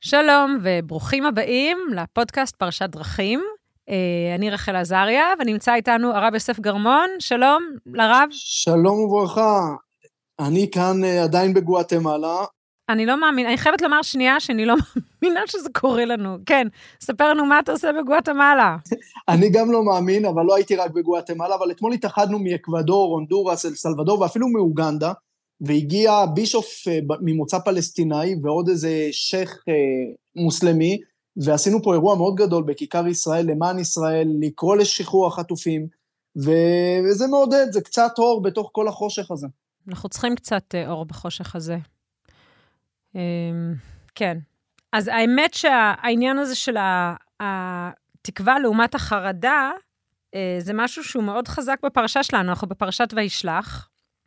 שלום וברוכים הבאים לפודקאסט פרשת דרכים. אני רחל עזריה, ונמצא איתנו הרב יוסף גרמון. שלום לרב. שלום וברכה. אני כאן עדיין בגואטמלה. אני לא מאמין, אני חייבת לומר שנייה שאני לא מאמינה שזה קורה לנו. כן, ספר לנו מה אתה עושה בגואטמלה. אני גם לא מאמין, אבל לא הייתי רק בגואטמלה, אבל אתמול התאחדנו מאקוודור, הונדורס, אל סלבדור, ואפילו מאוגנדה, והגיע בישוף ממוצא פלסטיני, ועוד איזה שייך מוסלמי, ועשינו פה אירוע מאוד גדול בכיכר ישראל, למען ישראל, לקרוא לשחרור החטופים, וזה מעודד, זה קצת אור בתוך כל החושך הזה. אנחנו צריכים קצת אור בחושך הזה. כן. אז האמת שהעניין הזה של התקווה לעומת החרדה, זה משהו שהוא מאוד חזק בפרשה שלנו, אנחנו בפרשת וישלח,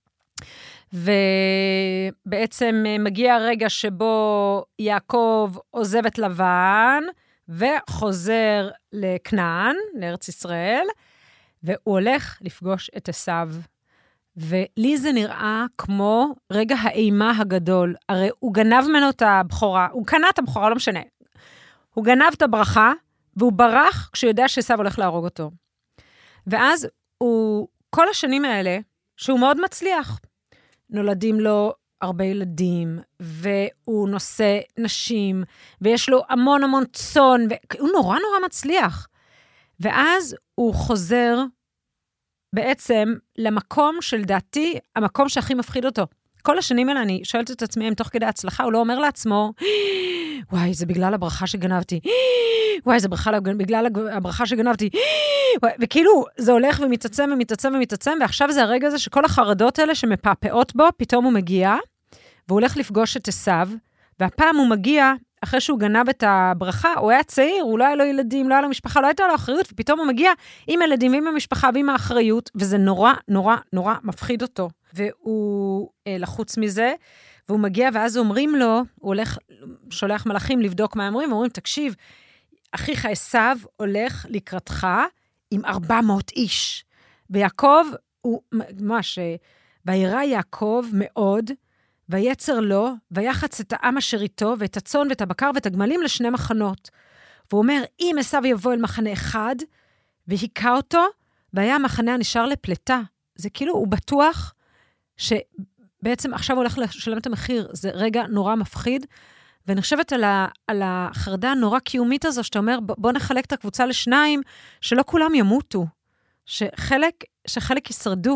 ובעצם מגיע הרגע שבו יעקב עוזב את לבן, וחוזר לכנען, לארץ ישראל, והוא הולך לפגוש את עשיו. ולי זה נראה כמו רגע האימה הגדול. הרי הוא גנב ממנו את הבכורה, הוא קנה את הבכורה, לא משנה. הוא גנב את הברכה, והוא ברח כשהוא יודע שעשיו הולך להרוג אותו. ואז הוא, כל השנים האלה, שהוא מאוד מצליח, נולדים לו הרבה ילדים, והוא נושא נשים, ויש לו המון המון צאן, והוא נורא נורא מצליח. ואז הוא חוזר בעצם למקום של דעתי, המקום שהכי מפחיד אותו. כל השנים האלה אני שואלת את עצמי, אם תוך כדי הצלחה, הוא לא אומר לעצמו, וואי, זה בגלל הברכה שגנבתי, וואי, זה בגלל הברכה שגנבתי, וכאילו, זה הולך ומתעצם ומתעצם ומתעצם, ועכשיו זה הרגע הזה שכל החרדות האלה שמפעפעות בו, פתאום הוא מגיע, והוא הולך לפגוש את עשיו, והפעם הוא מגיע, אחרי שהוא גנב את הברכה, הוא היה צעיר, הוא לא היה לו ילדים, לא היה לו משפחה, לא הייתה לו אחריות, ופתאום הוא מגיע עם ילדים ועם המשפחה ועם האחריות, וזה נורא, נורא, נורא מפחיד אותו. והוא לחוץ מזה, והוא מגיע, ואז אומרים לו, הוא הולך, שולח מלאכים לבדוק מה אומרים, ואומרים, תקשיב, אחיך עשיו הולך לקראתך עם 400 איש. ויעקב, הוא ממש, וירא יעקב מאוד, ויצר לו, ויחץ את העם אשר איתו, ואת הצאן ואת הבקר ואת הגמלים לשני מחנות. והוא אומר, אם עשיו יבוא אל מחנה אחד, והיכה אותו, והיה המחנה הנשאר לפלטה. זה כאילו, הוא בטוח שבעצם עכשיו הוא הולך לשלם את המחיר. זה רגע נורא מפחיד, ואני חושבת על החרדה הנורא קיומית הזו, שאתה אומר, בוא נחלק את הקבוצה לשניים, שלא כולם ימותו, שחלק ישרדו.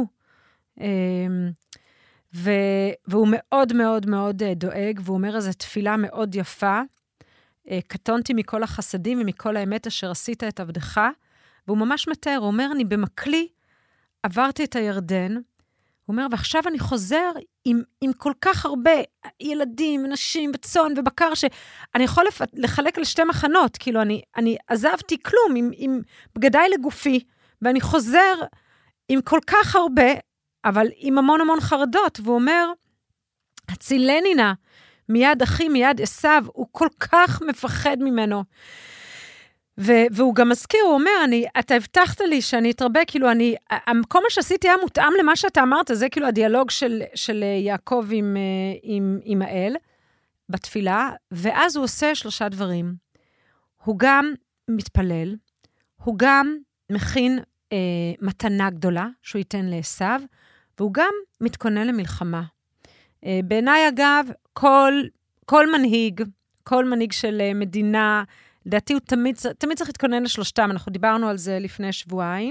והוא מאוד מאוד מאוד דואג, והוא אומר איזו תפילה מאוד יפה, קטונתי מכל החסדים ומכל האמת אשר עשית את עבדך, והוא ממש מתאר, הוא אומר, אני במקלי, עברתי את הירדן, הוא אומר, ועכשיו אני חוזר עם כל כך הרבה ילדים, נשים וצאן ובקר, שאני יכול לחלק לשתי מחנות, כאילו אני עזבתי כלום עם בגדיי לגופי, ואני חוזר עם כל כך הרבה, אבל עם המון המון חרדות, והוא אומר, הצילני נא, מיד אחי, מיד עשיו, הוא כל כך מפחד ממנו. והוא גם מזכיר, הוא אומר, אתה הבטחת לי שאני אתרבה, כאילו כל מה שעשיתי היה מותאם למה שאתה אמרת, זה כאילו הדיאלוג של יעקב עם האל, בתפילה, ואז הוא עושה 3 דברים. הוא גם מתפלל, הוא גם מכין מתנה גדולה, שהוא ייתן לעשיו, והוא גם מתכונן למלחמה. בעיניי, אגב, כל מנהיג של מדינה, לדעתי הוא תמיד צריך להתכונן לשלושתם, אנחנו דיברנו על זה לפני שבועיים,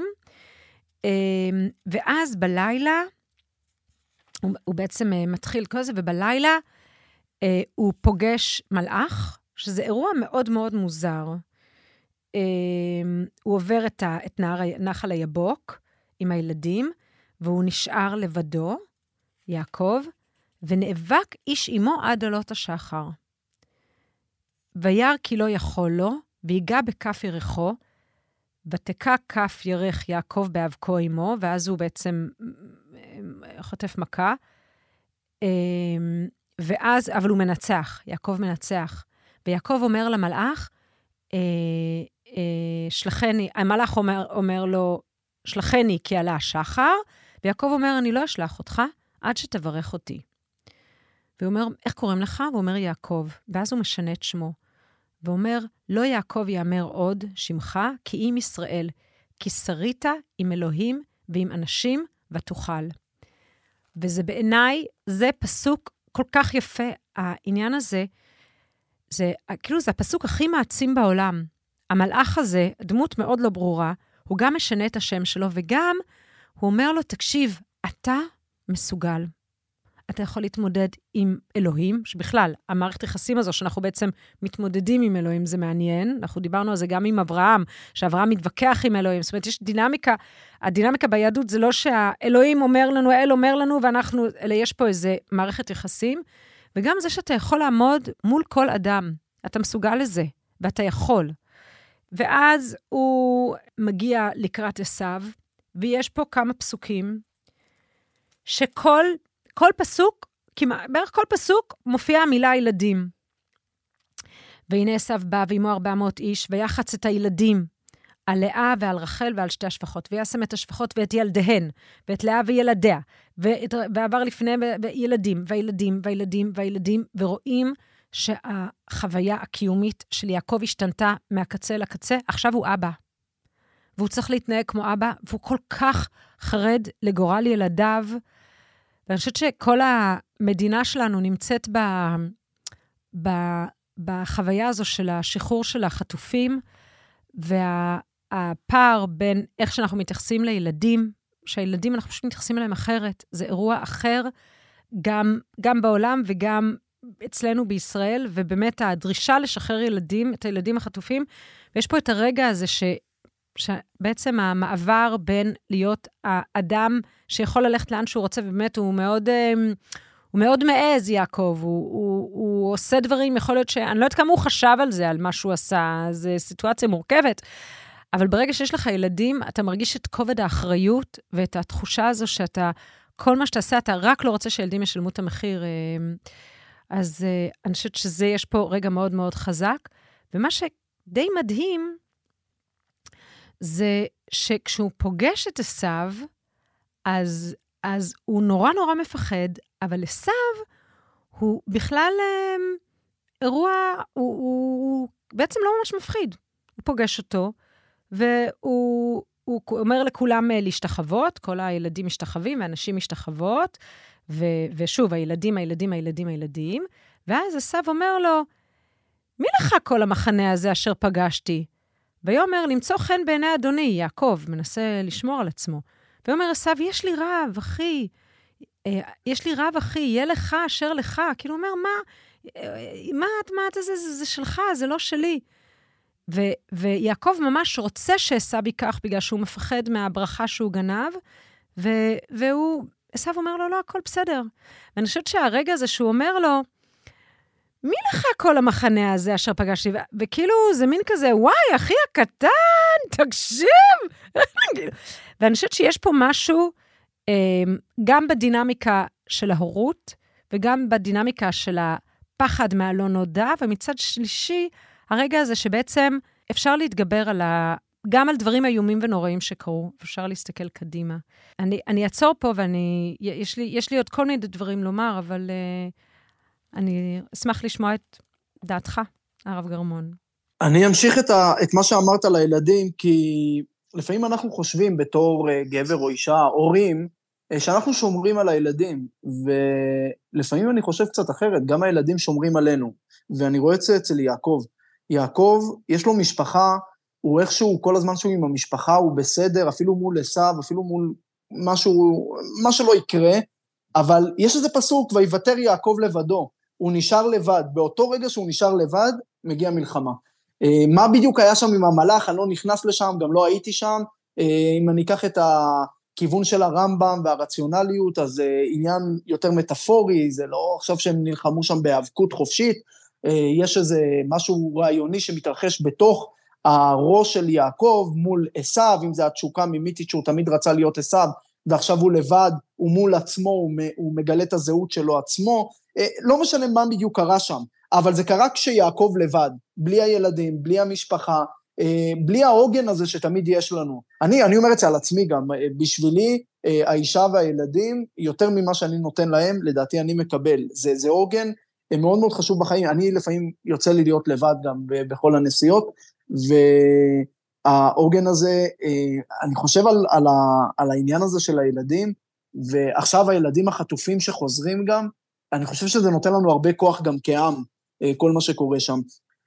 ואז בלילה, הוא בעצם מתחיל כל זה, ובלילה הוא פוגש מלאך, שזה אירוע מאוד מאוד מוזר. הוא עובר את נחל היבוק עם הילדים, והוא נשאר לבדו, יעקב, ונאבק איש עמו עד עלות השחר. וירא כי לא יכול לו, ויגע בכף ירחו, ותקע כף ירך יעקב באבקו עמו, ואז הוא בעצם חוטף מכה, ואז, אבל הוא מנצח, יעקב מנצח. ויעקב אומר למלאך, שלחני, המלאך אומר לו, שלחני כי עלה השחר, ויעקב אומר, אני לא אשלח אותך, עד שתברך אותי. והוא אומר, איך קוראים לך? והוא אומר, יעקב. ואז הוא משנה את שמו. ואומר, לא יעקב יאמר עוד שמך, כי אם ישראל, כי שרית עם אלוהים ועם אנשים ותוכל. וזה בעיניי, זה פסוק כל כך יפה. העניין הזה, זה הפסוק הכי מעצים בעולם. המלאך הזה, דמות מאוד לא ברורה, הוא גם משנה את השם שלו, וגם הוא אומר לו, תקשיב, אתה מסוגל. אתה יכול להתמודד עם אלוהים, שבכלל, המערכת יחסים הזו, שאנחנו בעצם מתמודדים עם אלוהים, זה מעניין. אנחנו דיברנו על זה גם עם אברהם, שאברהם מתווכח עם אלוהים. זאת אומרת, יש דינמיקה, הדינמיקה ביהדות זה לא שהאלוהים אומר לנו, האל אומר לנו, ואנחנו, אלא יש פה איזה מערכת יחסים, וגם זה שאתה יכול לעמוד מול כל אדם. אתה מסוגל לזה, ואתה יכול. ואז הוא מגיע לקראת עשיו, ויש פה כמה פסוקים, שכל פסוק, בערך כל פסוק, מופיעה המילה ילדים. והנה עשיו בא ועמו 400 איש, ויחץ את הילדים, על לאה ועל רחל ועל שתי השפחות, וישם את השפחות ואת ילדיהן, ואת לאה וילדיה, ועבר לפני וילדים, והילדים, והילדים, והילדים, ורואים שהחוויה הקיומית של יעקב השתנתה מהקצה לקצה, עכשיו הוא אבא. והוא צריך להתנהג כמו אבא, והוא כל כך חרד לגורל ילדיו, ואני חושבת שכל המדינה שלנו נמצאת בחוויה הזו של השחרור של החטופים, והפער בין איך שאנחנו מתייחסים לילדים, שהילדים אנחנו פשוט מתייחסים אליהם אחרת, זה אירוע אחר, גם בעולם וגם אצלנו בישראל, ובאמת הדרישה לשחרר ילדים, את הילדים החטופים, ויש פה את הרגע הזה שבעצם המעבר בין להיות האדם שיכול ללכת לאן שהוא רוצה, ובאמת הוא מאוד מעז, יעקב, הוא עושה דברים, יכול להיות אני לא יודעת כמה הוא חשב על זה, על מה שהוא עשה, זו סיטואציה מורכבת, אבל ברגע שיש לך ילדים, אתה מרגיש את כובד האחריות, ואת התחושה הזו שאתה, כל מה שאתה עושה, אתה רק לא רוצה שילדים ישלמו את המחיר, אז אני חושבת שזה, יש פה רגע מאוד מאוד חזק, ומה שדי מדהים, זה שכשהוא פוגש את עשיו, אז הוא נורא נורא מפחד, אבל עשיו הוא בכלל אירוע, הוא בעצם לא ממש מפחיד. הוא פוגש אותו, והוא אומר לכולם להשתחוות, כל הילדים משתחווים, ואנשים משתחוות, ושוב, הילדים, ואז עשיו אומר לו, מי לך כל המחנה הזה אשר פגשתי? ויאמר, למצוא חן בעיני אדוני, יעקב, מנסה לשמור על עצמו. ויאמר עשיו, יש לי רב, אחי, יהיה לך אשר לך. כאילו הוא אומר, מה זה שלך, זה לא שלי. ויעקב ממש רוצה שעשיו ייקח, בגלל שהוא מפחד מהברכה שהוא גנב, עשיו אומר לו, לא, הכל בסדר. ואני חושבת שהרגע הזה שהוא אומר לו, מי לך כל המחנה הזה אשר פגשתי? וכאילו זה מין כזה, וואי, אחי הקטן, תקשיב. ואני חושבת שיש פה משהו, גם בדינמיקה של ההורות, וגם בדינמיקה של הפחד מהלא נודע, ומצד שלישי, הרגע הזה שבעצם אפשר להתגבר גם על דברים איומים ונוראים שקרו, אפשר להסתכל קדימה. אני אעצור פה, יש לי עוד כל מיני דברים לומר, אבל אני אשמח לשמוע את דעתך, הרב גרמון. אני אמשיך את מה שאמרת לילדים, כי לפעמים אנחנו חושבים בתור גבר או אישה, הורים, שאנחנו שומרים על הילדים, ולפעמים אני חושב קצת אחרת, גם הילדים שומרים עלינו, ואני רואה את זה אצל יעקב. יעקב, יש לו משפחה, הוא איכשהו, כל הזמן שהוא עם המשפחה, הוא בסדר, אפילו מול עשיו, אפילו מול מה שלא יקרה, אבל יש איזה פסוק, ויוותר יעקב לבדו, הוא נשאר לבד, באותו רגע שהוא נשאר לבד, מגיע מלחמה. מה בדיוק היה שם עם המלאך, אני לא נכנס לשם, גם לא הייתי שם, אם אני אקח את הכיוון של הרמב"ם והרציונליות, אז עניין יותר מטאפורי, זה לא עכשיו שהם נלחמו שם בהיאבקות חופשית, יש איזה משהו רעיוני שמתרחש בתוך הראש של יעקב מול עשיו, אם זה התשוקה מימיתית שהוא תמיד רצה להיות עשיו, ועכשיו הוא לבד, הוא מול עצמו, הוא מגלה את הזהות שלו עצמו, לא משנה מה בדיוק קרה שם, אבל זה קרה כשיעקב לבד, בלי הילדים, בלי המשפחה, בלי העוגן הזה שתמיד יש לנו. אני אומר את זה על עצמי גם, בשבילי האישה והילדים, יותר ממה שאני נותן להם, לדעתי אני מקבל, זה עוגן מאוד מאוד חשוב בחיים, אני לפעמים יוצא לי להיות לבד גם בכל הנסיעות, והעוגן הזה, אני חושב על העניין הזה של הילדים, ועכשיו הילדים החטופים שחוזרים גם, אני חושב שזה נותן לנו הרבה כוח גם כעם, כל מה שקורה שם.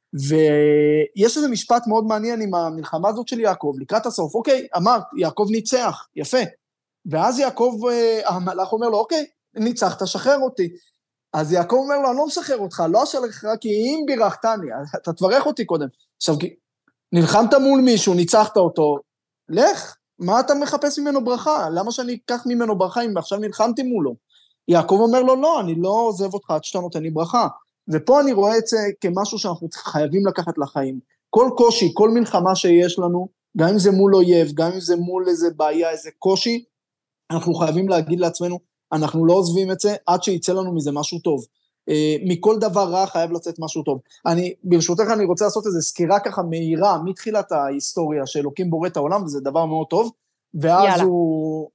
ויש איזה משפט מאוד מעניין עם המלחמה הזאת של יעקב, לקראת הסוף, אוקיי, אמרת, יעקב ניצח, יפה. ואז יעקב, המלאך אומר לו, אוקיי, ניצחת, שחרר אותי. אז יעקב אומר לו, אני לא משחרר אותך, לא אשאר לך, כי אם בירכתני, אתה תברך אותי קודם. עכשיו, נלחמת מול מישהו, ניצחת אותו, לך, מה אתה מחפש ממנו ברכה? למה שאני אקח ממנו ברכה אם עכשיו נלחמתי מולו? יעקב אומר לו, לא, אני לא עוזב אותך עד שאתה נותן לי ברכה. ופה אני רואה את זה כמשהו שאנחנו חייבים לקחת לחיים. כל קושי, כל מלחמה שיש לנו, גם אם זה מול אויב, גם אם זה מול איזה בעיה, איזה קושי, אנחנו חייבים להגיד לעצמנו, אנחנו לא עוזבים את זה עד שיצא לנו מזה משהו טוב. מכל דבר רע חייב לצאת משהו טוב. ברשותך אני רוצה לעשות איזו סקירה ככה מהירה, מתחילת ההיסטוריה שאלוקים בורא את העולם, וזה דבר מאוד טוב, ואז הוא...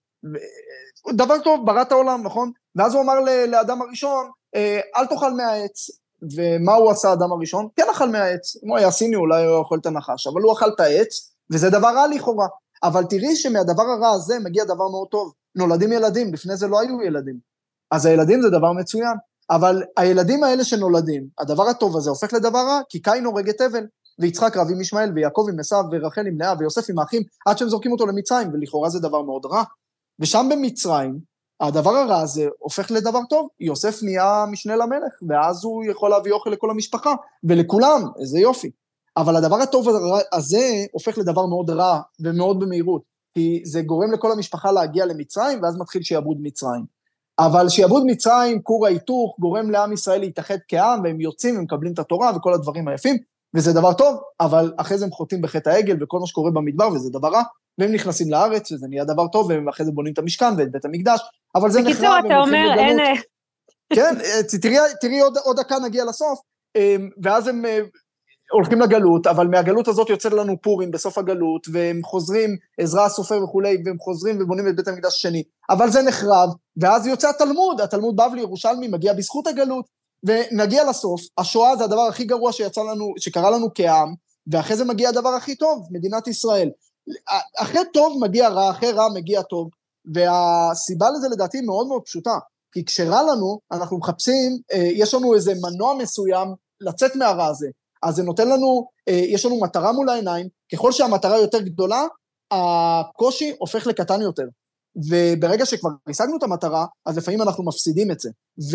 דבר טוב, ברא את העולם, נכון? ואז הוא אמר לאדם הראשון, אל תאכל מהעץ. ומה הוא עשה האדם הראשון? כן אכל מהעץ. אם הוא היה סיני, אולי הוא אוכל את הנחש, אבל הוא אכל את העץ, וזה דבר רע לכאורה. אבל תראי שמהדבר הרע הזה מגיע דבר מאוד טוב. נולדים ילדים, לפני זה לא היו ילדים. אז הילדים זה דבר מצוין. אבל הילדים האלה שנולדים, הדבר הטוב הזה הופך לדבר רע, כי קין הורג את הבל, ויצחק רב עם ישמעאל, ויעקב עם עשיו, ורחל עם לאה, ויוסף עם האחים, עד שהם זורקים אותו למצרים, ולכאורה זה דבר מאוד רע. ושם במצרים, הדבר הרע הזה הופך לדבר טוב, יוסף נהיה משנה למלך, ואז הוא יכול להביא אוכל לכל המשפחה, ולכולם, איזה יופי. אבל הדבר הטוב הזה הופך לדבר מאוד רע, ומאוד במהירות, כי זה גורם לכל המשפחה להגיע למצרים, ואז מתחיל שיעבוד מצרים. אבל שיעבוד מצרים, כור ההיתוך, גורם לעם ישראל להתאחד כעם, והם יוצאים, הם מקבלים את התורה, וכל הדברים היפים, וזה דבר טוב, אבל אחרי זה הם חוטאים בחטא העגל, וכל מה שקורה במדבר, וזה דבר רע, והם נכנסים לארץ, וזה נהיה דבר טוב, והם אחרי זה בונים את המשכן, ואת בית המקדש, אבל זה נחרב. בקיצור, אתה אומר, אין... כן, תראי עוד דקה נגיע לסוף, ואז הם הולכים לגלות, אבל מהגלות הזאת יוצא לנו פורים בסוף הגלות, והם חוזרים, עזרא הסופר וכולי, והם חוזרים ובונים את בית המקדש השני, אבל זה נחרב, ואז יוצא התלמוד בבלי ירושלמי, מגיע בזכות הגלות, ונגיע לסוף, השואה זה הדבר הכי גרוע שקרה לנו כעם, ואחרי זה מגיע הדבר הכי טוב, מדינת ישראל. אחרי טוב מגיע רע, אחרי רע מגיע טוב, והסיבה לזה לדעתי מאוד מאוד פשוטה, כי כשרע לנו, אנחנו מחפשים, יש לנו איזה מנוע מסוים לצאת מהרע הזה, אז זה נותן לנו, יש לנו מטרה מול העיניים, ככל שהמטרה יותר גדולה, הקושי הופך לקטן יותר, וברגע שכבר השגנו את המטרה, אז לפעמים אנחנו מפסידים את זה,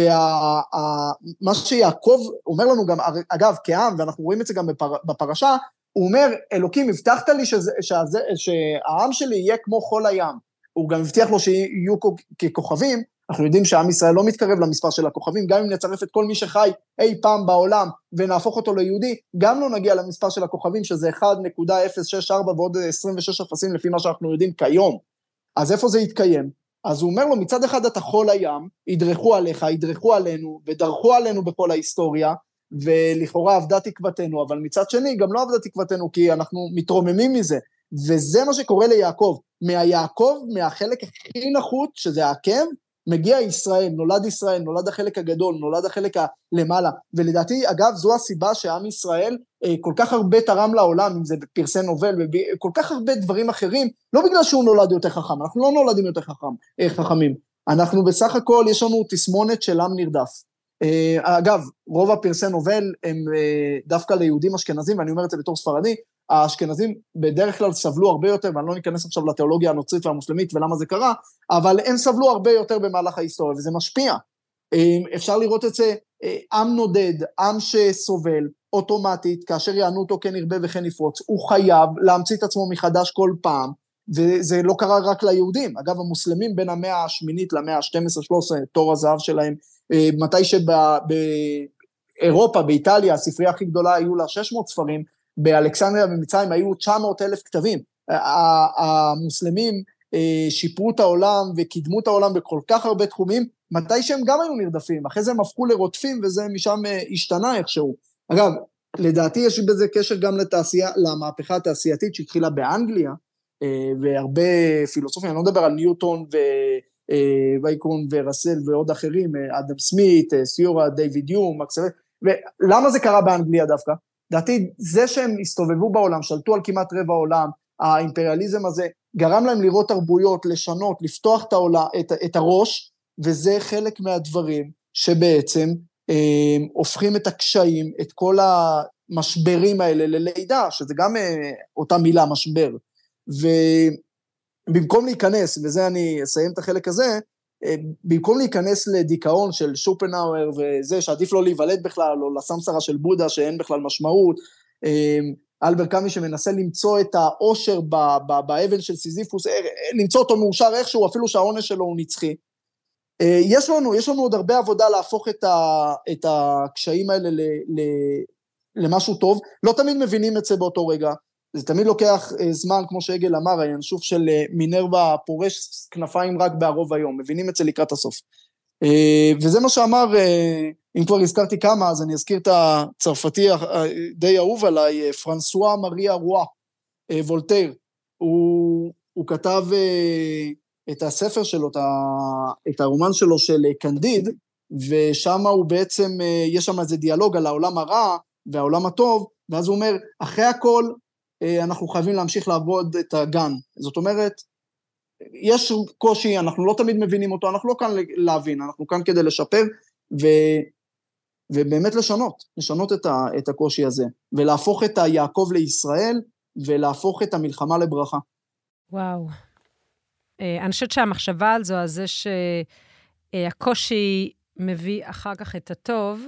ומה שיעקב אומר לנו גם, אגב, כעם, ואנחנו רואים את זה גם בפרשה, הוא אומר, אלוקים, הבטחת לי שהעם שלי יהיה כמו חול הים, הוא גם הבטיח לו שיהיו ככוכבים, אנחנו יודעים שעם ישראל לא מתקרב למספר של הכוכבים, גם אם נצרף את כל מי שחי אי פעם בעולם, ונהפוך אותו ליהודי, גם לא נגיע למספר של הכוכבים, שזה 1.064 ועוד 26 אפסים לפי מה שאנחנו יודעים כיום. אז איפה זה יתקיים? אז הוא אומר לו, מצד אחד אתה חול הים, ידרכו עליך, ידרכו עלינו, ודרכו עלינו בכל ההיסטוריה, ולכאורה עבדה תקוותנו, אבל מצד שני גם לא עבדה תקוותנו, כי אנחנו מתרוממים מזה, וזה מה שקורה ליעקב. מהיעקב, מהחלק הכי נחות, שזה העקב, מגיע ישראל, נולד החלק הגדול, נולד החלק הלמעלה, ולדעתי, אגב, זו הסיבה שעם ישראל כל כך הרבה תרם לעולם, אם זה בפרסי נובל, וכל כך הרבה דברים אחרים, לא בגלל שהוא נולד יותר חכם, אנחנו לא נולדים יותר חכמים, אנחנו בסך הכל, יש לנו תסמונת של עם נרדף. אגב, רוב הפרסי נובל הם דווקא ליהודים אשכנזים, ואני אומר את זה בתור ספרדי, האשכנזים בדרך כלל סבלו הרבה יותר, ואני לא ניכנס עכשיו לתיאולוגיה הנוצרית והמוסלמית ולמה זה קרה, אבל הם סבלו הרבה יותר במהלך ההיסטוריה, וזה משפיע. אפשר לראות את זה, עם נודד, עם שסובל, אוטומטית, כאשר יענו אותו כן ירבה וכן יפרוץ, הוא חייב להמציא את עצמו מחדש כל פעם, וזה לא קרה רק ליהודים. אגב, המוסלמים בין המאה השמינית למאה ה-12-13, תור הזהב שלהם, מתי שבאירופה, באיטליה, הספרייה הכי גדולה היו לה 600 ספרים, באלכסנדריה במצרים היו 900,000 כתבים. המוסלמים שיפרו את העולם וקידמו את העולם בכל כך הרבה תחומים, מתי שהם גם היו נרדפים, אחרי זה הם הפכו לרודפים וזה משם השתנה איכשהו. אגב, לדעתי יש בזה קשר גם למהפכה התעשייתית שהתחילה באנגליה, והרבה פילוסופיה, אני לא מדבר על ניוטון וייקרון ורסל ועוד אחרים, אדם סמית, סיורה, דיוויד יום, ולמה זה קרה באנגליה דווקא? דעתי, זה שהם הסתובבו בעולם, שלטו על כמעט רבע העולם, האימפריאליזם הזה, גרם להם לראות תרבויות, לשנות, לפתוח את הראש, וזה חלק מהדברים שבעצם הופכים את הקשיים, את כל המשברים האלה ללידה, שזה גם אותה מילה, משבר. ובמקום להיכנס, וזה אני אסיים את החלק הזה, במקום להיכנס לדיכאון של שופנהאואר וזה, שעדיף לא להיוולד בכלל, או לסמסרה של בודה שאין בכלל משמעות, אלבר קאמי שמנסה למצוא את האושר באבן של סיזיפוס, למצוא אותו מאושר איכשהו, אפילו שהעונש שלו הוא נצחי. יש לנו עוד הרבה עבודה להפוך את הקשיים האלה למשהו טוב, לא תמיד מבינים את זה באותו רגע, זה תמיד לוקח זמן, כמו שהגל אמר, הינשוף של מינרווה פורש כנפיים רק בערוב היום, מבינים את זה לקראת הסוף. וזה מה שאמר, אם כבר הזכרתי כמה, אז אני אזכיר את הצרפתי די אהוב עליי, פרנסואה מריה רואה, וולטר, הוא כתב את הספר שלו, את הרומן שלו של קנדיד, ושם הוא בעצם, יש שם איזה דיאלוג על העולם הרע והעולם הטוב, ואז הוא אומר, אחרי הכל, אנחנו חייבים להמשיך לעבוד את הגן. זאת אומרת, יש קושי, אנחנו לא תמיד מבינים אותו, אנחנו לא כאן להבין, אנחנו כאן כדי לשפר, ובאמת לשנות את הקושי הזה, ולהפוך את היעקב לישראל, ולהפוך את המלחמה לברכה. וואו. אני חושבת שהמחשבה על זה שהקושי מביא אחר כך את הטוב,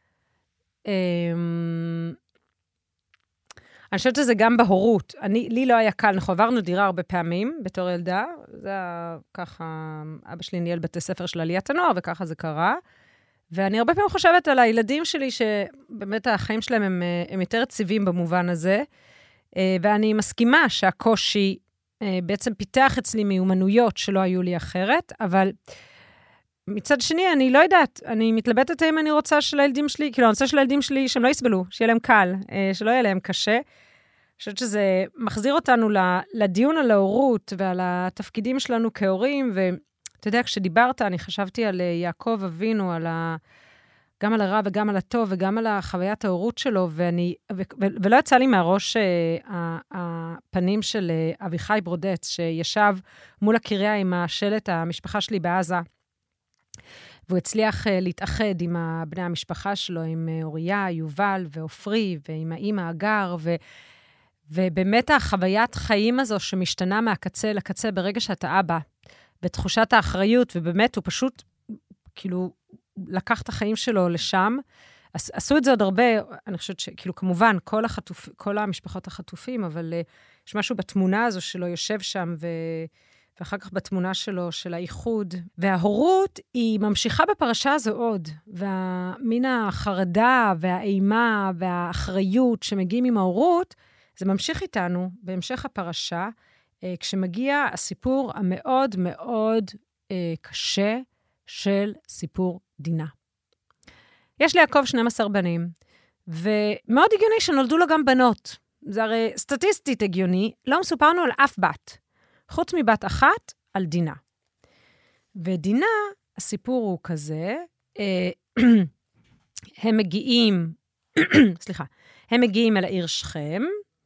אני חושבת שזה גם בהורות. לי לא היה קל, אנחנו עברנו דירה הרבה פעמים בתור ילדה, זה היה ככה, אבא שלי ניהל בתי ספר של עליית הנוער, וככה זה קרה, ואני הרבה פעמים חושבת על הילדים שלי, שבאמת החיים שלהם הם יותר ציווים במובן הזה, ואני מסכימה שהקושי בעצם פיתח אצלי מיומנויות שלא היו לי אחרת, אבל מצד שני, אני לא יודעת, אני מתלבטת אם אני רוצה של הילדים שלי, כאילו, אני רוצה של הילדים שלי שהם לא יסבלו, שיהיה להם קל, שלא יהיה להם קשה. אני חושבת שזה מחזיר אותנו לדיון על ההורות ועל התפקידים שלנו כהורים, ואתה יודע, כשדיברת, אני חשבתי על יעקב אבינו, גם על הרע וגם על הטוב, וגם על החוויית ההורות שלו, ולא יצא לי מהראש הפנים של אביחי ברודץ, שישב מול הקריה עם השלט המשפחה שלי בעזה, והוא הצליח להתאחד עם בני המשפחה שלו, עם אוריה, יובל ואופרי, ועם האמא אגר, ובאמת החוויית חיים הזו שמשתנה מהקצה לקצה ברגע שאתה אבא, בתחושת האחריות, ובאמת הוא פשוט, כאילו, לקח את החיים שלו לשם. עשו את זה עוד הרבה, אני חושבת שכאילו, כמובן, כל המשפחות החטופים, אבל יש משהו בתמונה הזו שלו יושב שם, ואחר כך בתמונה שלו, של האיחוד. וההורות היא ממשיכה בפרשה הזו עוד, והמין החרדה והאימה והאחריות שמגיעים עם ההורות, זה ממשיך איתנו בהמשך הפרשה, כשמגיע הסיפור המאוד מאוד קשה של סיפור דינה. יש ליעקב 12 בנים, ומאוד הגיוני שנולדו לו גם בנות. זה הרי סטטיסטית הגיוני, לא מסופרנו על אף בת. חוץ מבת אחת, על דינה. ודינה, הסיפור הוא כזה, הם מגיעים אל העיר שכם,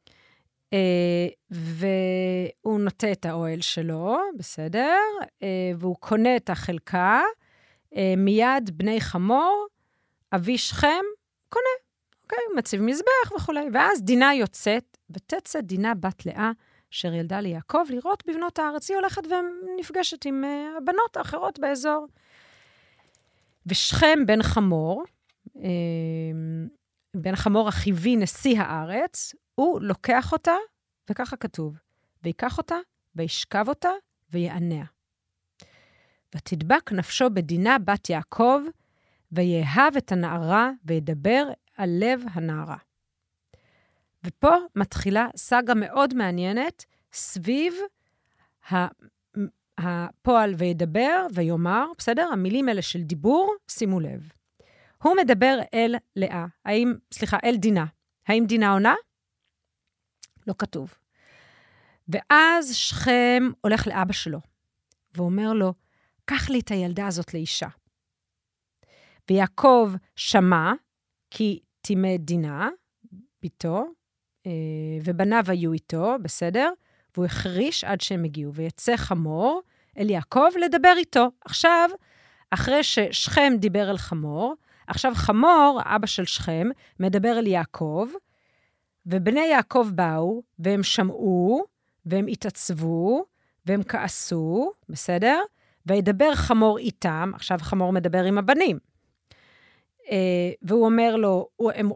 והוא נוטה את האוהל שלו, בסדר, והוא קונה את החלקה, מיד בני חמור, אבי שכם, קונה, אוקיי, מציב מזבח וכו'. ואז דינה יוצאת, ותצא דינה בת לאה, אשר ילדה ליעקב, לראות בבנות הארץ. היא הולכת ונפגשת עם הבנות האחרות באזור. ושכם בן חמור החיבי נשיא הארץ, הוא לוקח אותה, וככה כתוב, ויקח אותה, וישכב אותה, ויענע. ותדבק נפשו בדינה בת יעקב, ויאהב את הנערה, וידבר על לב הנערה. ופה מתחילה סגה מאוד מעניינת, סביב הפועל וידבר ויומר, בסדר? המילים האלה של דיבור, שימו לב. הוא מדבר אל לאה, אל דינה. האם דינה עונה? לא כתוב. ואז שכם הולך לאבא שלו, ואומר לו, קח לי את הילדה הזאת לאישה. ויעקב שמע, כי תימד דינה, ביתו, ובניו היו איתו, בסדר? והוא החריש עד שהם הגיעו, ויצא חמור אל יעקב לדבר איתו. עכשיו, אחרי ששכם דיבר אל חמור, עכשיו חמור, אבא של שכם, מדבר אל יעקב, ובני יעקב באו, והם שמעו, והם התעצבו, והם כעסו, בסדר? וידבר חמור איתם, עכשיו חמור מדבר עם הבנים. והוא אומר לו,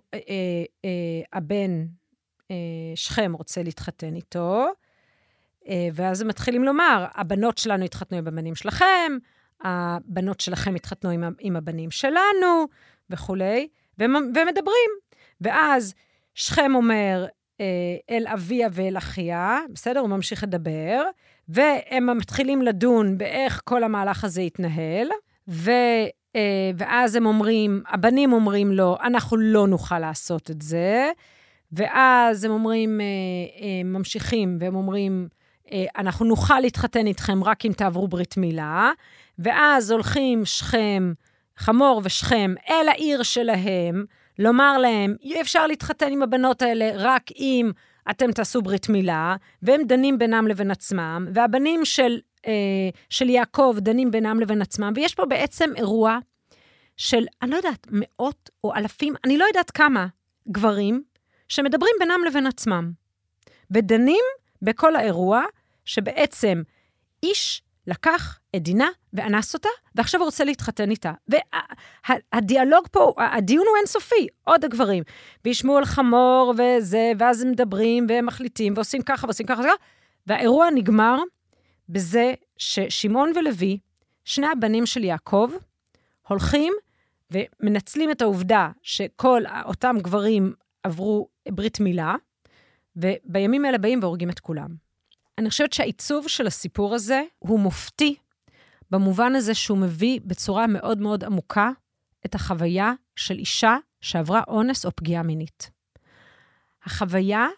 הבן שכם רוצה להתחתן איתו, ואז הם מתחילים לומר, הבנות שלנו התחתנו עם הבנים שלכם, הבנות שלכם התחתנו עם הבנים שלנו, וכולי, והם מדברים. ואז שכם אומר אל אביה ואל אחיה, בסדר? הוא ממשיך לדבר, והם מתחילים לדון באיך כל המהלך הזה יתנהל, ואז הם אומרים, הבנים אומרים לו, אנחנו לא נוכל לעשות את זה, ואז הם אומרים, ממשיכים, והם אומרים, אנחנו נוכל להתחתן איתכם רק אם תעברו ברית מילה, ואז הולכים שכם, חמור ושכם, אל העיר שלהם, לומר להם, אי אפשר להתחתן עם הבנות האלה רק אם אתם תעשו ברית מילה, והם דנים בינם לבין עצמם, והבנים של יעקב דנים בינם לבין עצמם, ויש פה בעצם אירוע של, אני לא יודעת, מאות או אלפים, אני לא יודעת כמה גברים, שמדברים בינם לבין עצמם, ודנים בכל האירוע, שבעצם איש לקח את דינה ואנס אותה, ועכשיו הוא רוצה להתחתן איתה. והדיאלוג פה, הדיון הוא אינסופי, עוד הגברים. וישמעו על חמור וזה, ואז הם מדברים והם מחליטים, ועושים ככה ועושים ככה, והאירוע נגמר בזה ששמעון ולוי, שני הבנים של יעקב, הולכים ומנצלים את העובדה שכל אותם גברים עברו ברית מילה, ובימים האלה באים והורגים את כולם. אני חושבת שהעיצוב של הסיפור הזה הוא מופתי, במובן הזה שהוא מביא בצורה מאוד מאוד עמוקה את החוויה של אישה שעברה אונס או פגיעה מינית. החוויה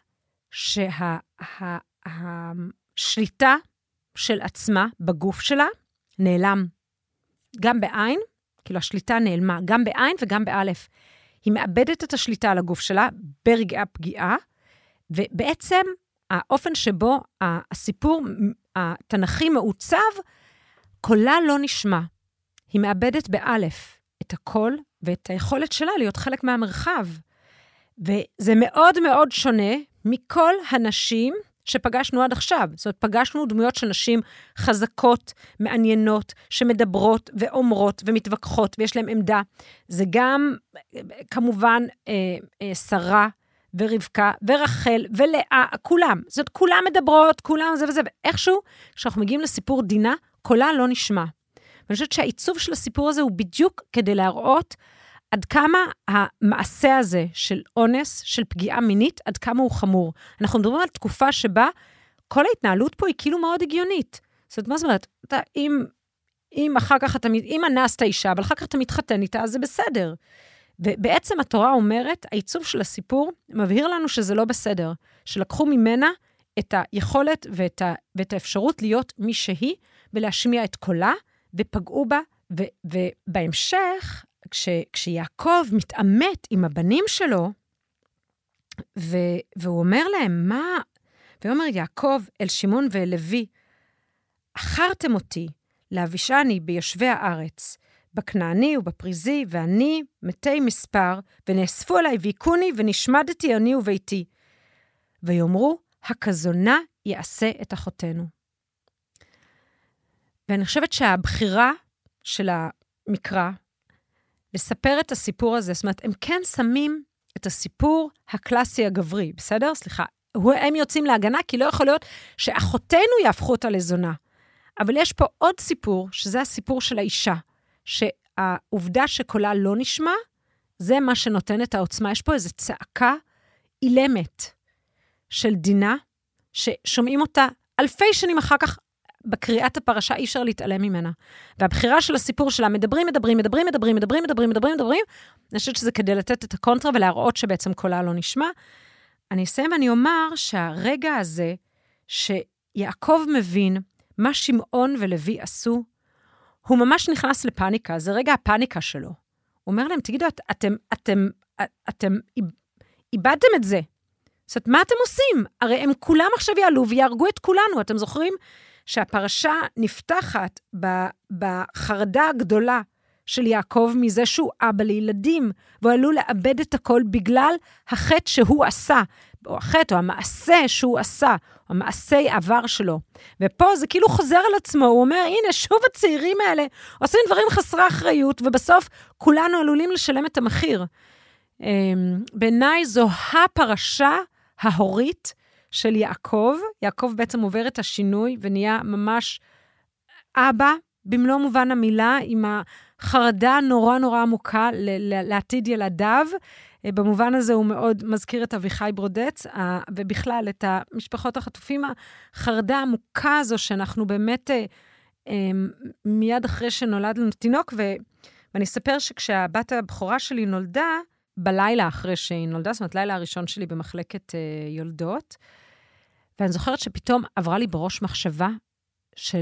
שהשליטה של עצמה בגוף שלה נעלם. גם בעין, כאילו השליטה נעלמה, גם בעין וגם באלף. היא מאבדת את השליטה על הגוף שלה ברגעי הפגיעה, ובעצם האופן שבו הסיפור התנ"כי מעוצב, קולה לא נשמע. היא מאבדת באלף את הקול ואת היכולת שלה להיות חלק מהמרחב. וזה מאוד מאוד שונה מכל הנשים שפגשנו עד עכשיו. זאת אומרת, פגשנו דמויות של נשים חזקות, מעניינות, שמדברות ואומרות ומתווכחות, ויש להן עמדה. זה גם, כמובן, שרה ורבקה ורחל ולאה, כולם. זאת כולם מדברות, כולם זה וזה, ואיכשהו, כשאנחנו מגיעים לסיפור דינה, קולה לא נשמע. ואני חושבת שהעיצוב של הסיפור הזה הוא בדיוק כדי להראות עד כמה המעשה הזה של אונס, של פגיעה מינית, עד כמה הוא חמור. אנחנו מדברים על תקופה שבה כל ההתנהלות פה היא כאילו מאוד הגיונית. זאת אומרת, מה זאת אומרת? אם אחר כך אם אנסת אישה, אבל אחר כך אתה מתחתן איתה, אז זה בסדר. ובעצם התורה אומרת, העיצוב של הסיפור מבהיר לנו שזה לא בסדר, שלקחו ממנה את היכולת ואת האפשרות להיות מי שהיא, ולהשמיע את קולה, ופגעו בה, ובהמשך, כשיעקב מתעמת עם הבנים שלו, והוא אומר להם, מה? והוא אומר, יעקב אל שמעון ואל לוי, אחרתם אותי להבישני ביושבי הארץ, בכנעני ובפריזי, ואני מתי מספר, ונאספו עליי ויקוני, ונשמדתי אני וביתי. ויאמרו, הכזונה יעשה את אחותינו. ואני חושבת שהבחירה של המקרא, לספר את הסיפור הזה, זאת אומרת, הם כן שמים את הסיפור הקלאסי הגברי, בסדר? סליחה, הם יוצאים להגנה, כי לא יכול להיות שאחותינו יהפכו אותה לזונה. אבל יש פה עוד סיפור, שזה הסיפור של האישה, שהעובדה שקולה לא נשמע, זה מה שנותן את העוצמה. יש פה איזו צעקה אילמת של דינה, ששומעים אותה אלפי שנים אחר כך, בקריאת הפרשה אי אפשר להתעלם ממנה. והבחירה של הסיפור שלה, מדברים, אני חושבת שזה כדי לתת את הקונטרה ולהראות שבעצם קולה לא נשמע. אני אסיים ואני אומר שהרגע הזה, שיעקב מבין מה שמעון ולוי עשו, הוא ממש נכנס לפאניקה, זה רגע הפאניקה שלו. הוא אומר להם, תגידו, אתם איבדתם את זה. זאת אומרת, מה אתם עושים? הרי הם כולם עכשיו יעלו ויהרגו את כולנו. אתם זוכרים שהפרשה נפתחת בחרדה הגדולה של יעקב מזה שהוא אבא לילדים, והוא עלול לאבד את הכל בגלל החטא שהוא עשה, או החטא, או המעשה שהוא עשה, או המעשי עבר שלו. ופה זה כאילו חוזר על עצמו, הוא אומר, הנה, שוב הצעירים האלה עושים דברים חסרי אחריות, ובסוף כולנו עלולים לשלם את המחיר. בעיניי זו הפרשה ההורית של יעקב. יעקב בעצם עובר את השינוי, ונהיה ממש אבא, במלוא מובן המילה, עם החרדה נורא נורא עמוקה לעתיד ילדיו. במובן הזה הוא מאוד מזכיר את אביחי ברודץ, ובכלל את המשפחות החטופים, החרדה העמוקה הזו שאנחנו באמת מיד אחרי שנולד לנו תינוק, ואני אספר שכשהבת הבכורה שלי נולדה, בלילה אחרי שהיא נולדה, זאת אומרת, לילה הראשון שלי במחלקת יולדות, ואני זוכרת שפתאום עברה לי בראש מחשבה של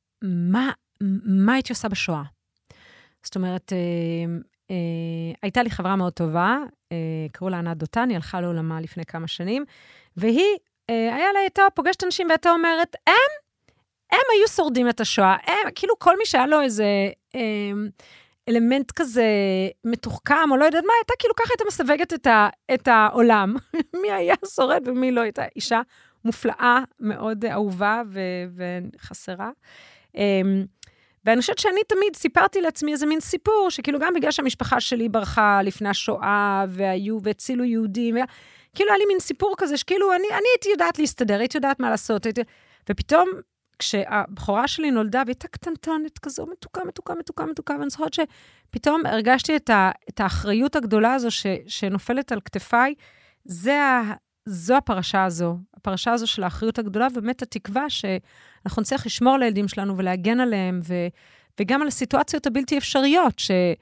מה הייתי עושה בשואה. זאת אומרת, הייתה לי חברה מאוד טובה, קראו לה ענת דותן, היא הלכה לעולמה לפני כמה שנים, והיא, הייתה פוגשת אנשים והייתה אומרת, הם היו שורדים את השואה, כאילו כל מי שהיה לו איזה אלמנט כזה מתוחכם, או לא יודעת מה, הייתה כאילו ככה הייתה מסווגת את העולם, מי היה שורד ומי לא, הייתה אישה מופלאה, מאוד אהובה וחסרה. ואני חושבת שאני תמיד סיפרתי לעצמי איזה מין סיפור, שכאילו גם בגלל שהמשפחה שלי ברחה לפני השואה, והצילו יהודים, כאילו היה לי מין סיפור כזה, שכאילו אני הייתי יודעת להסתדר, הייתי יודעת מה לעשות, ופתאום כשהבכורה שלי נולדה, והייתה קטנטונת כזו, מתוקה, ואני זוכרת שפתאום הרגשתי את האחריות הגדולה הזו, שנופלת על כתפיי, זו הפרשה הזו של האחריות הגדולה, ובאמת התקווה שאנחנו נצטרך לשמור על הילדים שלנו ולהגן עליהם, וגם על הסיטואציות הבלתי אפשריות,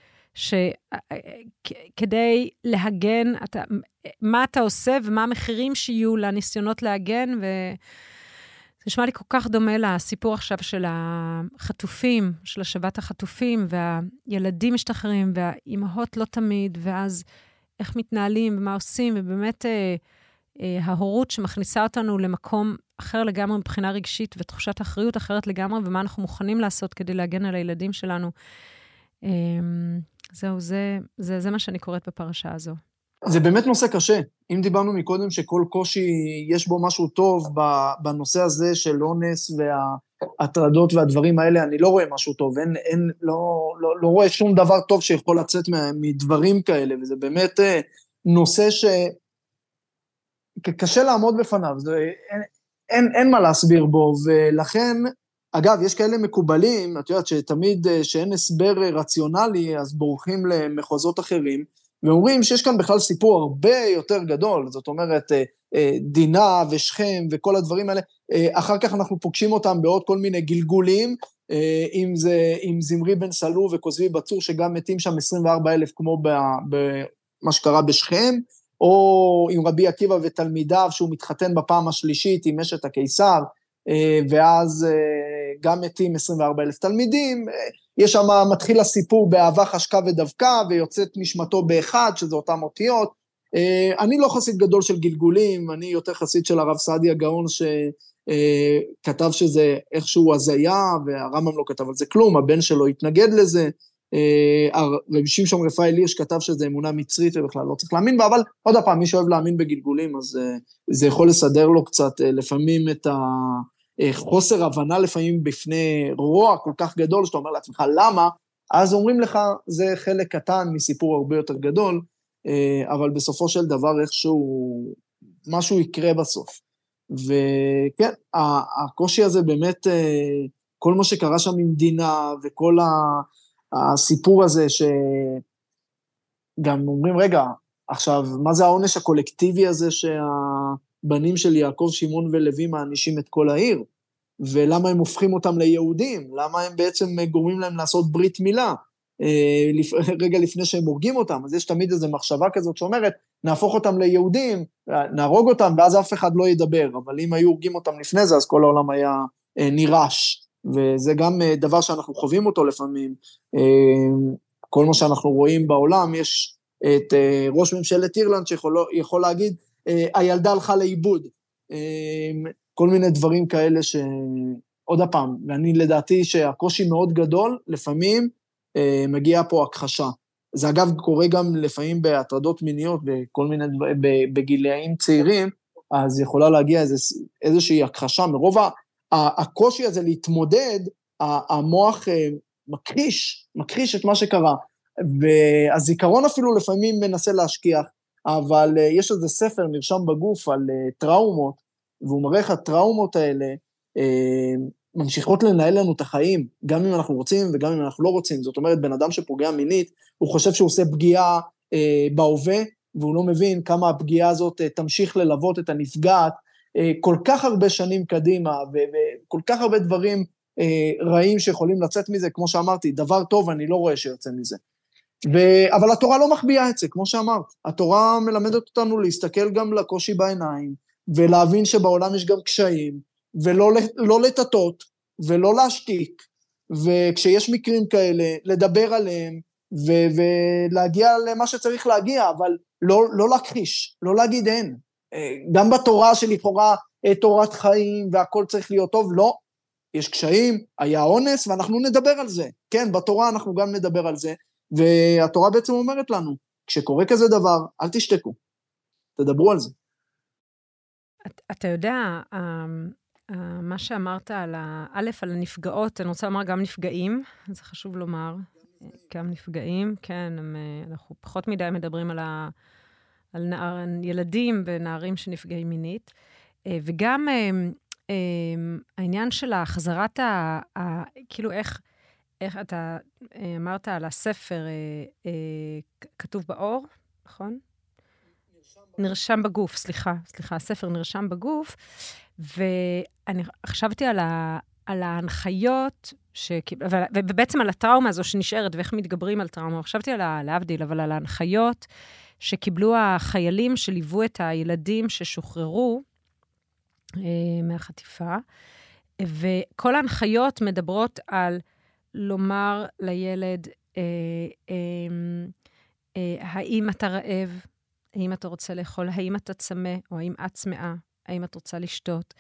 כדי להגן, מה אתה עושה ומה המחירים שיהיו לניסיונות להגן, זה נשמע לי כל כך דומה לסיפור עכשיו של החטופים, של השבת החטופים, והילדים משתחררים, והאימהות לא תמיד, ואז איך מתנהלים ומה עושים, ובאמת ההורות שמכניסה אותנו למקום אחר לגמרי מבחינה רגשית, ותחושת אחריות אחרת לגמרי, ומה אנחנו מוכנים לעשות כדי להגן על הילדים שלנו. זהו, זה מה שאני קוראת בפרשה הזו. זה באמת נושא קשה. אם דיברנו מקודם שכל קושי יש בו משהו טוב בנושא הזה של אונס וההטרדות והדברים האלה, אני לא רואה משהו טוב, לא רואה שום דבר טוב שיכול לצאת מדברים כאלה, וזה באמת נושא שקשה לעמוד בפניו, אין מה להסביר בו, ולכן, אגב, יש כאלה מקובלים, את יודעת שתמיד שאין הסבר רציונלי, אז בורחים למחוזות אחרים, ואומרים שיש כאן בכלל סיפור הרבה יותר גדול, זאת אומרת, דינה ושכם וכל הדברים האלה, אחר כך אנחנו פוגשים אותם בעוד כל מיני גלגולים, אם זה עם זמרי בן סלו וכוזבי בצור, שגם מתים שם 24,000 כמו במה שקרה בשכם, או עם רבי עקיבא ותלמידיו, שהוא מתחתן בפעם השלישית עם אשת הקיסר, ואז גם מתים 24,000 תלמידים, יש שם מתחיל הסיפור באהבה חשקה ודווקא, ויוצאת נשמתו באחד, שזה אותם אותיות. אני לא חסיד גדול של גלגולים, אני יותר חסיד של הרב סעדיה גאון, שכתב שזה איכשהו הזיה, והרמב"ם לא כתב על זה כלום, הבן שלו התנגד לזה, רבי שמשון רפאל הירש כתב שזה אמונה מצרית, ובכלל לא צריך להאמין בה, אבל עוד הפעם, מי שאוהב להאמין בגלגולים, אז זה יכול לסדר לו קצת, לפעמים את חוסר הבנה לפעמים בפני רוע כל כך גדול, שאתה אומר לעצמך למה, אז אומרים לך, זה חלק קטן מסיפור הרבה יותר גדול, אבל בסופו של דבר איכשהו, משהו יקרה בסוף. וכן, הקושי הזה באמת, כל מה שקרה שם עם דינה, וכל הסיפור הזה שגם אומרים, רגע, עכשיו, מה זה העונש הקולקטיבי הזה שהבנים של יעקב, שמעון ולוי מענישים את כל העיר? ולמה הם הופכים אותם ליהודים? למה הם בעצם גורמים להם לעשות ברית מילה? רגע לפני שהם הורגים אותם, אז יש תמיד איזו מחשבה כזאת שאומרת, נהפוך אותם ליהודים, נהרוג אותם, ואז אף אחד לא ידבר, אבל אם היו הורגים אותם לפני זה, אז כל העולם היה נירש. וזה גם דבר שאנחנו חווים אותו לפעמים. כל מה שאנחנו רואים בעולם, יש את ראש ממשלת אירלנד שיכול להגיד, הילדה הלכה לאיבוד. כל מיני דברים כאלה עוד הפעם, ואני לדעתי שהקושי מאוד גדול, לפעמים מגיע פה הכחשה. זה אגב קורה גם לפעמים בהטרדות מיניות, בכל מיני בגילאים צעירים, אז יכולה להגיע איזושהי הכחשה, מרוב הקושי הזה להתמודד, המוח מכחיש את מה שקרה, והזיכרון אפילו לפעמים מנסה להשכיח, אבל יש איזה ספר נרשם בגוף על טראומות, והוא מראה איך הטראומות האלה ממשיכות לנהל לנו את החיים, גם אם אנחנו רוצים וגם אם אנחנו לא רוצים. זאת אומרת, בן אדם שפוגע מינית, הוא חושב שהוא עושה פגיעה בהווה, והוא לא מבין כמה הפגיעה הזאת תמשיך ללוות את הנפגעת, כל כך הרבה שנים קדימה, וכל כך הרבה דברים רעים שיכולים לצאת מזה, כמו שאמרתי, דבר טוב אני לא רואה שיוצא מזה. אבל התורה לא מחביאה את זה, כמו שאמרת. התורה מלמדת אותנו להסתכל גם לקושי בעיניים, ולהבין שבעולם יש גם קשיים, ולא לטטות, ולא להשתיק, וכשיש מקרים כאלה, לדבר עליהם, ולהגיע למה שצריך להגיע, אבל לא להכחיש, לא להגיד אין. גם בתורה שלכאורה תורת חיים, והכל צריך להיות טוב, לא. יש קשיים, היה אונס, ואנחנו נדבר על זה. כן, בתורה אנחנו גם נדבר על זה, והתורה בעצם אומרת לנו, כשקורה כזה דבר, אל תשתקו, תדברו על זה. אתה יודע, מה שאמרת על על הנפגעות, אני רוצה לומר גם נפגעים, זה חשוב לומר, גם נפגעים, כן, אנחנו פחות מדי מדברים על ילדים ונערים שנפגעים מינית, וגם העניין של החזרת, כאילו איך אתה אמרת על הספר, כתוב באור, נכון? נרשם בגוף, סליחה, הספר נרשם בגוף, ואני חשבתי על ההנחיות, ובעצם על הטראומה הזו שנשארת, ואיך מתגברים על טראומה, חשבתי להבדיל, אבל על ההנחיות שקיבלו החיילים שליוו את הילדים ששוחררו מהחטיפה, וכל ההנחיות מדברות על לומר לילד, האם אתה רעב, האם אתה רוצה לאכול, האם אתה צמא, או האם את צמאה, האם את רוצה לשתות,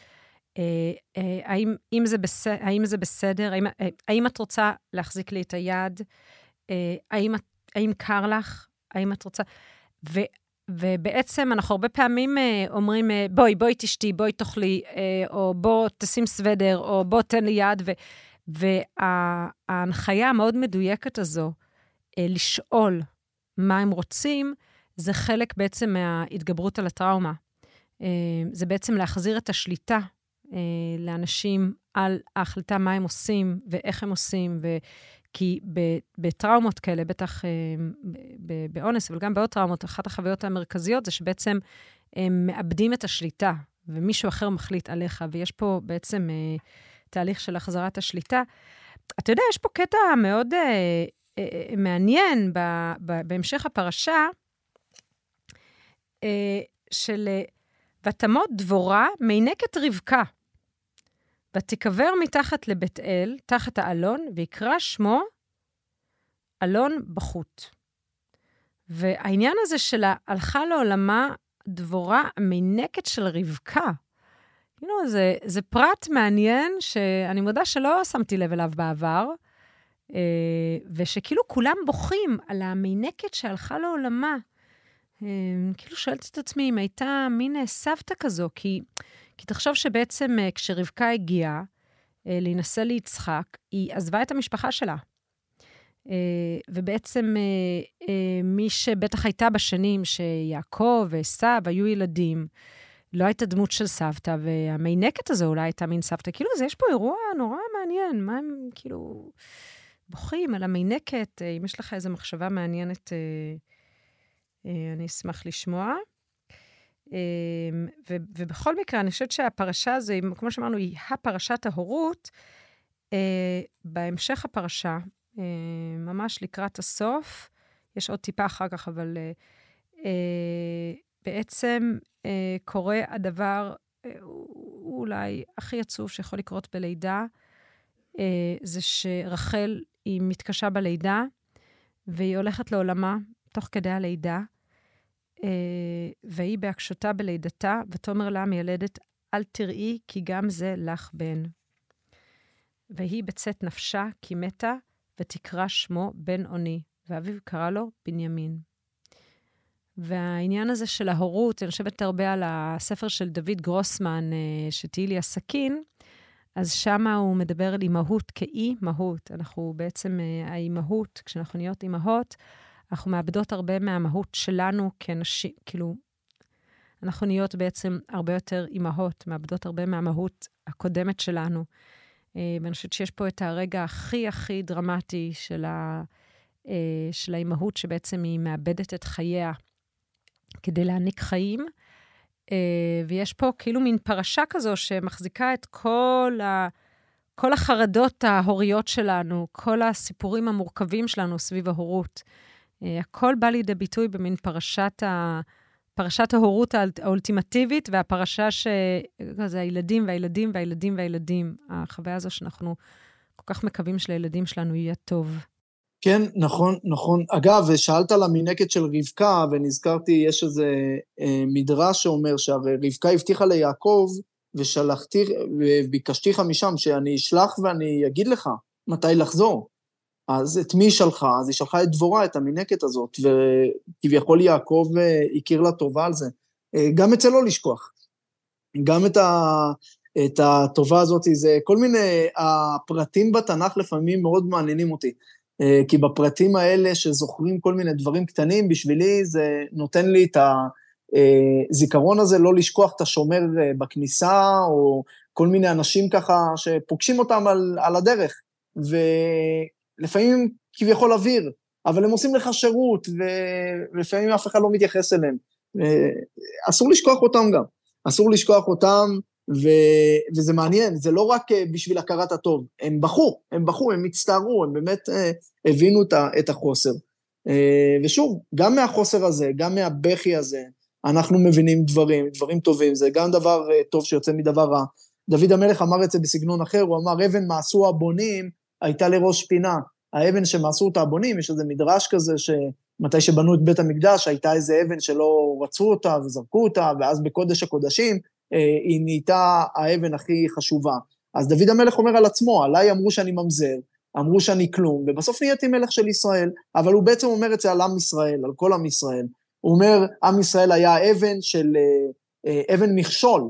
האם זה בסדר, האם את רוצה להחזיק לי את היד, האם קר לך, האם את רוצה, ובעצם אנחנו הרבה פעמים אומרים, בואי תשתי, בואי תאכלי, או בוא תשים סוודר, או בוא תן לי יד, וההנחיה המאוד מדויקת הזו, לשאול מה הם רוצים, זה חלק בעצם מההתגברות על הטראומה. זה בעצם להחזיר את השליטה לאנשים על ההחלטה מה הם עושים ואיך הם עושים, כי בטראומות כאלה, בטח באונס, אבל גם בעוד טראומות, אחת החוויות המרכזיות זה שבעצם הם מאבדים את השליטה, ומישהו אחר מחליט עליך, ויש פה בעצם תהליך של החזרת השליטה. אתה יודע, יש פה קטע מאוד מעניין בהמשך הפרשה, של ותמות דבורה מינקת רבקה, ותקבר מתחת לבית אל, תחת האלון, ויקרא שמו אלון בחוט. והעניין הזה שלה הלכה לעולמה דבורה מינקת של רבקה. זה פרט מעניין שאני מודה שלא שמתי לב אליו בעבר, ושכאילו כולם בוכים על המינקת שהלכה לעולמה. כאילו שואלת את עצמי אם הייתה מין סבתא כזו, כי תחשוב שבעצם כשרבקה הגיעה להינשא ליצחק, היא עזבה את המשפחה שלה. ובעצם מי שבטח הייתה בשנים שיעקב ועשיו היו ילדים, לא הייתה דמות של סבתא, והמינקת הזו אולי הייתה מין סבתא. כאילו יש פה אירוע נורא מעניין, מה הם כאילו בוכים על המינקת, אם יש לך איזו מחשבה מעניינת, אני אשמח לשמוע. ובכל מקרה, אני חושבת שהפרשה הזו, כמו שאמרנו, היא הפרשת ההורות, בהמשך הפרשה, ממש לקראת הסוף, יש עוד טיפה אחר כך, אבל בעצם קורה הדבר אולי הכי עצוב שיכול לקרות בלידה, זה שרחל היא מתקשה בלידה, והיא הולכת לעולמה תוך כדי הלידה, והיא בהקשותה בלידתה, ותאמר לה מיילדת, אל תראי, כי גם זה לך בן. והיא בצאת נפשה, כי מתה, ותקרא שמו בן עוני, ואביו קרא לו בנימין. והעניין הזה של ההורות, אני חושבת הרבה על הספר של דוד גרוסמן, שתהי לי הסכין, אז שמה הוא מדבר על אימהות כאי-מהות. אנחנו בעצם, האימהות, כשאנחנו נהיות אימהות, אנחנו מאבדות הרבה מהמהות שלנו כנשים, כאילו, אנחנו נהיות בעצם הרבה יותר אימהות, מאבדות הרבה מהמהות הקודמת שלנו. ואני חושבת שיש פה את הרגע הכי הכי דרמטי של האימהות, שבעצם היא מאבדת את חייה כדי להעניק חיים, ויש פה כאילו מין פרשה כזו שמחזיקה את כל החרדות ההוריות שלנו, כל הסיפורים המורכבים שלנו סביב ההורות. הכל בא לידי ביטוי במין פרשת ההורות האולטימטיבית, והפרשה שזה הילדים והילדים והילדים והילדים. החוויה הזו שאנחנו כל כך מקווים שלילדים שלנו יהיה טוב. כן, נכון, נכון. אגב, שאלת על המינקת של רבקה, ונזכרתי, יש איזה מדרש שאומר שהרבקה הבטיחה ליעקב, ושלחתי, וביקשתיך משם, שאני אשלח ואני אגיד לך מתי לחזור. אז את מי היא שלחה? אז היא שלחה את דבורה, את המינקת הזאת, וכביכול יעקב הכיר לה טובה על זה. גם אצל לא לשכוח. גם את הטובה הזאת, זה כל מיני, הפרטים בתנ"ך לפעמים מאוד מעניינים אותי. כי בפרטים האלה שזוכרים כל מיני דברים קטנים, בשבילי זה נותן לי את הזיכרון הזה, לא לשכוח את השומר בכניסה, או כל מיני אנשים ככה שפוגשים אותם על הדרך, ולפעמים כביכול אוויר, אבל הם עושים לך שירות, ולפעמים אף אחד לא מתייחס אליהם. אסור לשכוח אותם גם, אסור לשכוח אותם, וזה מעניין, זה לא רק בשביל הכרת הטוב, הם בכו, הם הצטערו, הם באמת הבינו את החוסר. ושוב, גם מהחוסר הזה, גם מהבכי הזה, אנחנו מבינים דברים טובים, זה גם דבר טוב שיוצא מדבר רע. דוד המלך אמר את זה בסגנון אחר, הוא אמר, אבן מעשו הבונים, הייתה לראש פינה. האבן שמעשו אותה הבונים, יש איזה מדרש כזה, שמתי שבנו את בית המקדש, הייתה איזה אבן שלא רצו אותה וזרקו אותה, ואז בקודש הקודשים, היא נהייתה האבן הכי חשובה. אז דוד המלך אומר על עצמו, עליי אמרו שאני ממזר, אמרו שאני כלום, ובסוף נהייתי מלך של ישראל, אבל הוא בעצם אומר את זה על עם ישראל, על כל עם ישראל. הוא אומר, עם ישראל היה אבן מכשול,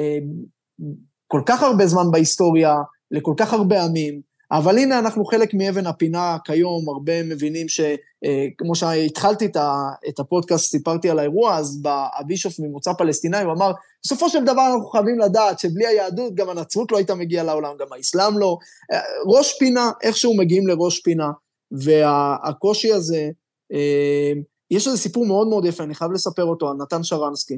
כל כך הרבה זמן בהיסטוריה, לכל כך הרבה עמים, אבל הנה אנחנו חלק מאבן הפינה כיום, הרבה מבינים שכמו שהתחלתי את הפודקאסט, סיפרתי על האירוע, אז הבישוף ממוצא פלסטיני, הוא אמר, בסופו של דבר אנחנו חייבים לדעת שבלי היהדות, גם הנצרות לא הייתה מגיעה לעולם, גם האסלאם לא, ראש פינה, איכשהו מגיעים לראש פינה, והקושי הזה, יש איזה סיפור מאוד מאוד יפה, אני חייב לספר אותו, על נתן שרנסקי,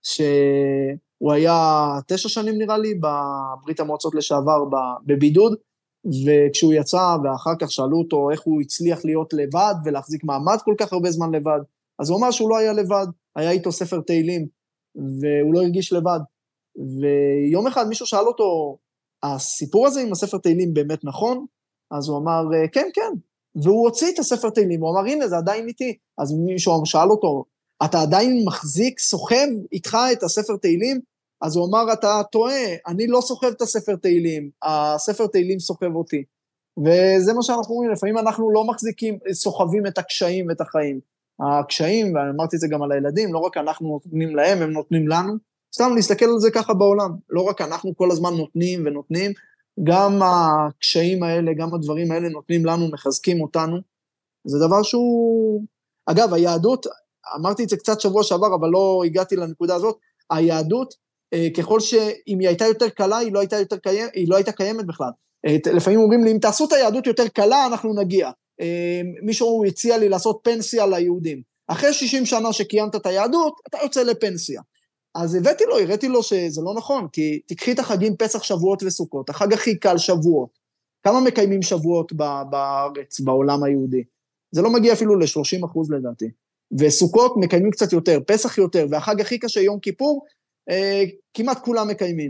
שהוא היה 9 שנים נראה לי, בברית המועצות לשעבר, בבידוד, וכשהוא יצא, ואחר כך שאלו אותו איך הוא הצליח להיות לבד, ולהחזיק מעמד כל כך הרבה זמן לבד, אז הוא אמר שהוא לא היה לבד, היה איתו ספר תהילים, והוא לא הרגיש לבד, ויום אחד מישהו שאל אותו, הסיפור הזה עם הספר תהילים באמת נכון? אז הוא אמר, כן, כן, והוא הוציא את הספר תהילים, הוא אמר, הנה, זה עדיין איתי, אז מישהו שאל אותו, אתה עדיין מחזיק, סוחב איתך את הספר תהילים? אז הוא אמר, אתה טועה, אני לא סוחב את הספר תהילים, הספר תהילים סוחב אותי. וזה מה שאנחנו אומרים, לפעמים אנחנו לא מחזיקים, סוחבים את הקשיים ואת החיים. הקשיים, ואמרתי את זה גם על הילדים, לא רק אנחנו נותנים להם, הם נותנים לנו. סתם להסתכל על זה ככה בעולם, לא רק אנחנו כל הזמן נותנים ונותנים, גם הקשיים האלה, גם הדברים האלה נותנים לנו, מחזקים אותנו. זה דבר שהוא, אגב, היהדות, אמרתי את זה קצת שבוע שעבר, אבל לא הגעתי לנקודה הזאת, היהדות, ככל שאם היא הייתה יותר קלה, היא לא הייתה קיימת בכלל. לפעמים אומרים לי, אם תעשו את היהדות יותר קלה, אנחנו נגיע. מישהו הציע לי לעשות פנסיה ליהודים. אחרי 60 שנה שקיימת את היהדות, אתה יוצא לפנסיה. אז הראיתי לו שזה לא נכון, כי תקחי את החגים פסח, שבועות וסוכות, החג הכי קל שבועות. כמה מקיימים שבועות בארץ, בעולם היהודי? זה לא מגיע אפילו ל-30% לדעתי. וסוכות מקיימים קצת יותר, פסח יותר, והחג הכי קשה, יום כיפור, כמעט כולם מקיימים,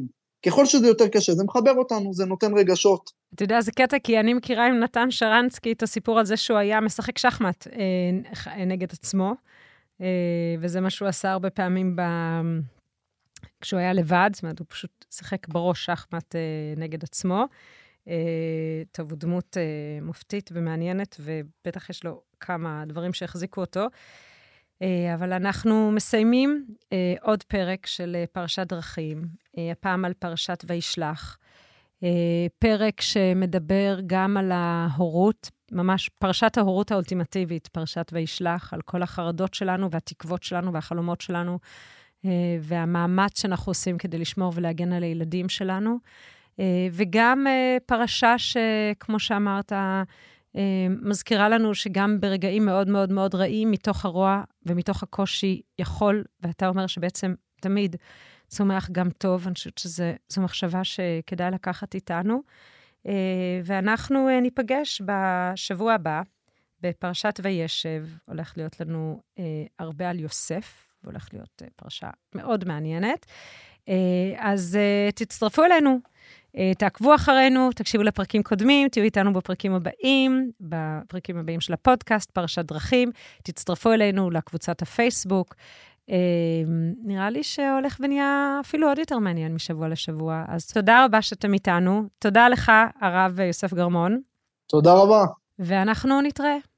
ככל שזה יותר קשה, זה מחבר אותנו, זה נותן רגשות. אתה יודע, זה קטע, כי אני מכירה עם נתן שרנסקי את הסיפור על זה שהוא היה משחק שחמט נגד עצמו, וזה מה שהוא עשה הרבה פעמים כשהוא היה לבד, זאת אומרת, הוא פשוט שיחק בראש שחמט נגד עצמו. טוב, הוא דמות מופתית ומעניינת, ובטח יש לו כמה דברים שהחזיקו אותו. אבל אנחנו מסיימים עוד פרק של פרשת דרכים, הפעם על פרשת וישלח. פרק שמדבר גם על ההורות, ממש פרשת ההורות האולטימטיבית, פרשת וישלח, על כל החרדות שלנו והתקוות שלנו והחלומות שלנו, והמאמץ שאנחנו עושים כדי לשמור ולהגן על הילדים שלנו. וגם פרשה שכמו שאמרת, מזכירה לנו שגם ברגעים מאוד מאוד מאוד רעים, מתוך הרוע ומתוך הקושי יכול, ואתה אומר שבעצם תמיד צומח גם טוב, אני חושבת שזו מחשבה שכדאי לקחת איתנו. ואנחנו ניפגש בשבוע הבא, בפרשת וישב, הולך להיות לנו הרבה על יוסף, והולך להיות פרשה מאוד מעניינת. אז תצטרפו אלינו, תעקבו אחרינו, תקשיבו לפרקים קודמים, תהיו איתנו בפרקים הבאים של הפודקאסט, פרשת דרכים, תצטרפו אלינו לקבוצת הפייסבוק. נראה לי שהולך ונהיה אפילו עוד יותר מעניין משבוע לשבוע. אז תודה רבה שאתם איתנו. תודה לך, הרב יוסף גרמון. תודה רבה. ואנחנו נתראה.